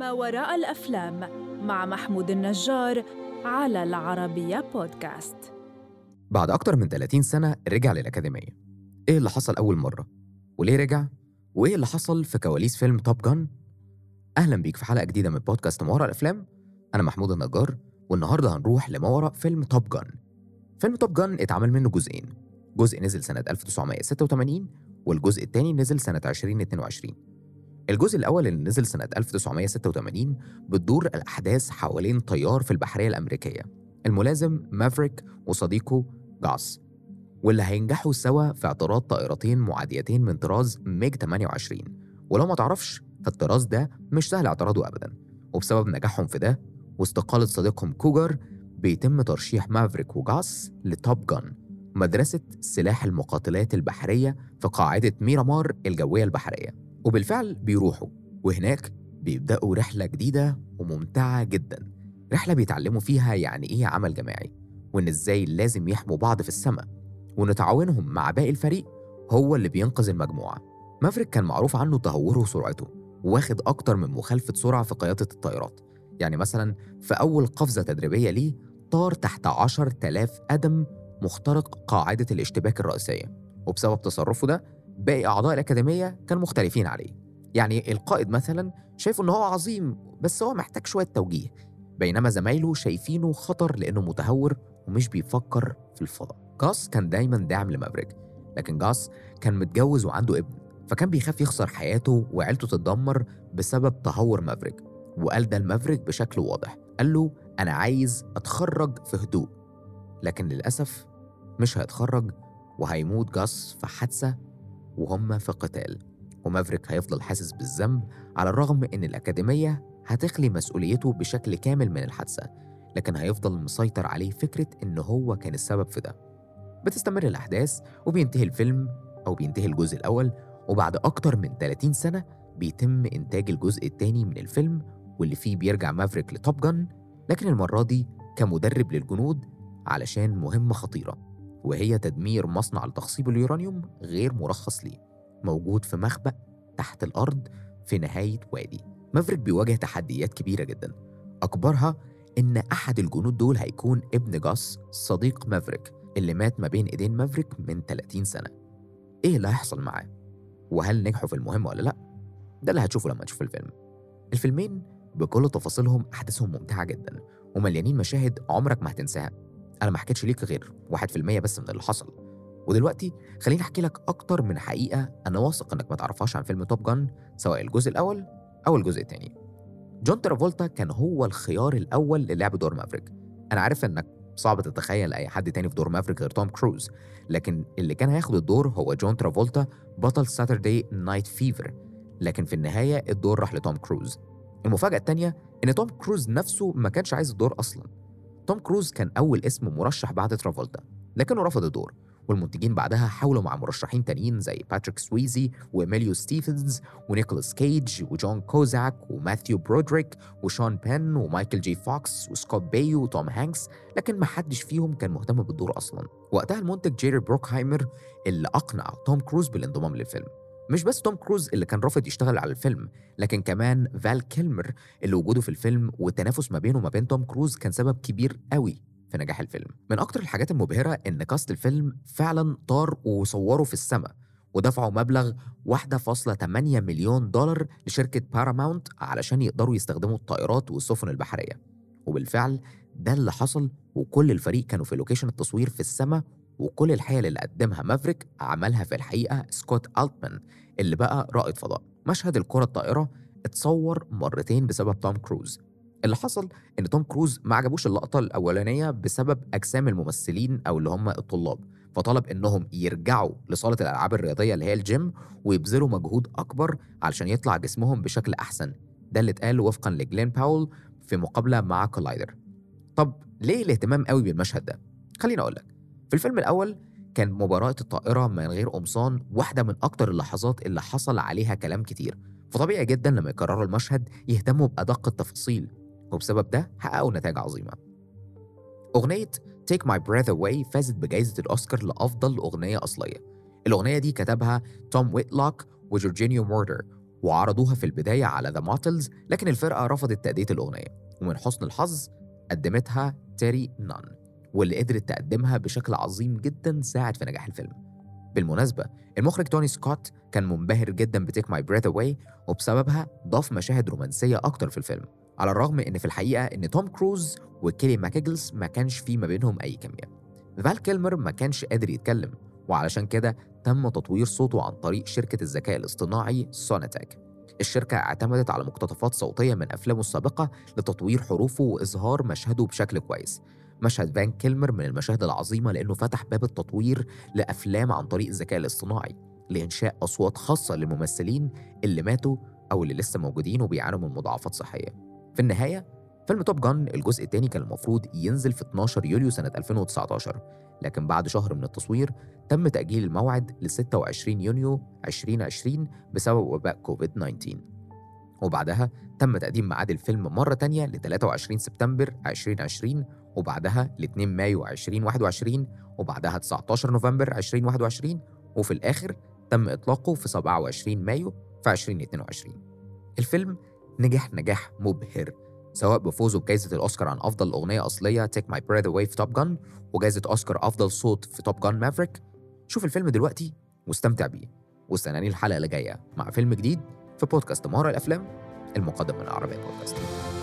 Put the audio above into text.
ما وراء الأفلام مع محمود النجار على العربية بودكاست. بعد أكتر من 30 سنة رجع للأكاديمية. إيه اللي حصل أول مرة؟ وليه رجع؟ وإيه اللي حصل في كواليس فيلم توب جان؟ أهلا بيك في حلقة جديدة من بودكاست ما وراء الأفلام. أنا محمود النجار، والنهاردة هنروح لما وراء فيلم توب جان. فيلم توب جان اتعمل منه جزئين، جزء نزل سنة 1986 والجزء الثاني نزل سنة 2022. الجزء الأول اللي نزل سنة 1986 بتدور الأحداث حوالين طيار في البحرية الأمريكية، الملازم مافريك وصديقه جاس، واللي هينجحوا سوا في اعتراض طائرتين معاديتين من طراز ميج 28. ولو ما تعرفش فالطراز ده مش سهل اعتراضه أبدا، وبسبب نجاحهم في ده واستقالة صديقهم كوجر بيتم ترشيح مافريك وجاس لتوب جان، مدرسة سلاح المقاتلات البحرية في قاعدة ميرامار الجوية البحرية. وبالفعل بيروحوا، وهناك بيبدأوا رحلة جديدة وممتعة جدا، رحلة بيتعلموا فيها يعني إيه عمل جماعي، وإن إزاي لازم يحموا بعض في السماء، وإن تعاونهم مع باقي الفريق هو اللي بينقذ المجموعة. مافريك كان معروف عنه تهوره وسرعته، واخد أكتر من مخالفة سرعة في قيادة الطائرات. يعني مثلا في أول قفزة تدريبية ليه طار تحت 10,000 قدم مخترق قاعدة الاشتباك الرئيسية، وبسبب تصرفه ده باقي أعضاء الأكاديمية كانوا مختلفين عليه. يعني القائد مثلا شايفه إنه هو عظيم بس هو محتاج شوية توجيه، بينما زمايله شايفينه خطر لأنه متهور ومش بيفكر في الفضاء. جاس كان دايما داعم لمافريك، لكن جاس كان متجوز وعنده ابن، فكان بيخاف يخسر حياته وعيلته تتدمر بسبب تهور مافريك. وقال ده لمافريك بشكل واضح، قال له أنا عايز أتخرج في هدوء، لكن للأسف مش هيتخرج وهيموت جاس في حادثة وهم في قتال. ومافريك هيفضل حاسس بالذنب على الرغم إن الأكاديمية هتخلي مسؤوليته بشكل كامل من الحادثة، لكن هيفضل مسيطر عليه فكرة إن هو كان السبب في ده. بتستمر الأحداث وبينتهي الفيلم أو بينتهي الجزء الأول، وبعد أكتر من 30 سنة بيتم إنتاج الجزء الثاني من الفيلم، واللي فيه بيرجع مافريك لتوب جان، لكن المرة دي كمدرب للجنود علشان مهمة خطيرة، وهي تدمير مصنع لتخصيب اليورانيوم غير مرخص ليه موجود في مخبأ تحت الأرض في نهاية وادي. مافريك بيواجه تحديات كبيرة جدا، أكبرها إن أحد الجنود دول هيكون ابن جاس صديق مافريك اللي مات ما بين إيدين مافريك من 30 سنة. إيه اللي هيحصل معاه؟ وهل نجحوا في المهمة ولا لأ؟ ده اللي هتشوفه لما تشوف الفيلم. الفيلمين بكل تفاصيلهم أحداثهم ممتعة جدا ومليانين مشاهد عمرك ما هتنساها. أنا ما حكيتش ليك غير 1% بس من اللي حصل، ودلوقتي خليني أحكي لك أكتر من حقيقة أنا واثق إنك ما تعرفهاش عن فيلم توب جان، سواء الجزء الأول أو الجزء الثاني. جون ترافولتا كان هو الخيار الأول للعب دور مافريك. أنا عارف إنك صعب تتخيل أي حد تاني في دور مافريك غير توم كروز، لكن اللي كان هياخد الدور هو جون ترافولتا بطل ساتردي نايت فيفر، لكن في النهاية الدور راح لتوم كروز. المفاجأة التانية إن توم كروز نفسه ما كانش عايز الدور أصلاً. توم كروز كان أول اسم مرشح بعد ترافولتا، لكنه رفض الدور، والمنتجين بعدها حاولوا مع مرشحين تانيين زي باتريك سويزي وإيميليو ستيفنز ونيكولاس كيج وجون كوزاك وماثيو برودريك وشون بين ومايكل جي فوكس وسكوت بايو وتوم هانكس، لكن ما حدش فيهم كان مهتم بالدور أصلاً. وقتها المنتج جيري بروكهايمر اللي أقنع توم كروز بالانضمام للفيلم. مش بس توم كروز اللي كان رافض يشتغل على الفيلم، لكن كمان فال كيلمر اللي وجوده في الفيلم والتنافس ما بينه وما بين توم كروز كان سبب كبير قوي في نجاح الفيلم. من أكتر الحاجات المبهرة إن كاست الفيلم فعلا طار وصوره في السماء، ودفعوا مبلغ 1.8 مليون دولار لشركة باراماونت علشان يقدروا يستخدموا الطائرات والسفن البحرية. وبالفعل ده اللي حصل، وكل الفريق كانوا في لوكيشن التصوير في السماء، وكل الحيل اللي قدمها مافريك عملها في الحقيقة سكوت ألتمان اللي بقى رائد فضاء. مشهد الكرة الطائرة اتصور مرتين بسبب توم كروز. اللي حصل إن توم كروز ما عجبوش اللقطة الأولانية بسبب أجسام الممثلين أو اللي هم الطلاب، فطلب إنهم يرجعوا لصالة الألعاب الرياضية اللي هي الجيم ويبذلوا مجهود أكبر علشان يطلع جسمهم بشكل أحسن. ده اللي اتقال وفقا لجلين باول في مقابلة مع كولايدر. طب ليه الاهتمام قوي بالمشهد ده؟ خليني أقولك. في الفيلم الأول كان مباراة الطائرة من غير قمصان واحدة من أكتر اللحظات اللي حصل عليها كلام كتير، فطبيعي جدا لما يكرروا المشهد يهتموا بأدق التفاصيل، وبسبب ده حققوا نتائج عظيمة. أغنية Take My Breath Away فازت بجائزة الأوسكار لأفضل أغنية أصلية. الأغنية دي كتبها توم ويتلوك وجورجينيو مورتر، وعرضوها في البداية على ذا ماتلز، لكن الفرقة رفضت تأدية الأغنية، ومن حسن الحظ قدمتها تيري نان، واللي قدرت تقدمها بشكل عظيم جدا ساعد في نجاح الفيلم. بالمناسبة المخرج توني سكوت كان منبهر جدا بتيك ماي بريث أواي، وبسببها ضاف مشاهد رومانسية أكتر في الفيلم، على الرغم إن في الحقيقة إن توم كروز وكيلي ماكيجلز ما كانش في ما بينهم أي كيمياء. فال كيلمر ما كانش قادر يتكلم، وعلشان كده تم تطوير صوته عن طريق شركة الذكاء الاصطناعي سوناتك. الشركة اعتمدت على مقتطفات صوتية من أفلامه السابقة لتطوير حروفه وإظهار مشهده بشكل كويس. مشهد فان كيلمر من المشاهد العظيمة لأنه فتح باب التطوير لأفلام عن طريق الذكاء الاصطناعي، لإنشاء أصوات خاصة للممثلين اللي ماتوا أو اللي لسه موجودين وبيعانوا من مضاعفات صحية. في النهاية فيلم توب جان الجزء الثاني كان المفروض ينزل في 12 يوليو سنة 2019، لكن بعد شهر من التصوير تم تأجيل الموعد ل 26 يونيو 2020 بسبب وباء كوفيد-19، وبعدها تم تقديم ميعاد الفيلم مرة تانية ل 23 سبتمبر 2020، وبعدها ل 2 مايو 2021، وبعدها 19 نوفمبر 2021، وفي الآخر تم إطلاقه في 27 مايو في 2022. الفيلم نجح نجاح مبهر، سواء بفوزه بجائزة الأوسكار عن أفضل أغنية أصلية Take My Breath Away في توب جان، وجائزة أوسكار أفضل صوت في توب جان مافريك. شوف الفيلم دلوقتي واستمتع بيه، واستناني الحلقة اللي جاية مع فيلم جديد في بودكاست مهارة الأفلام المقدم من العربية بودكاست.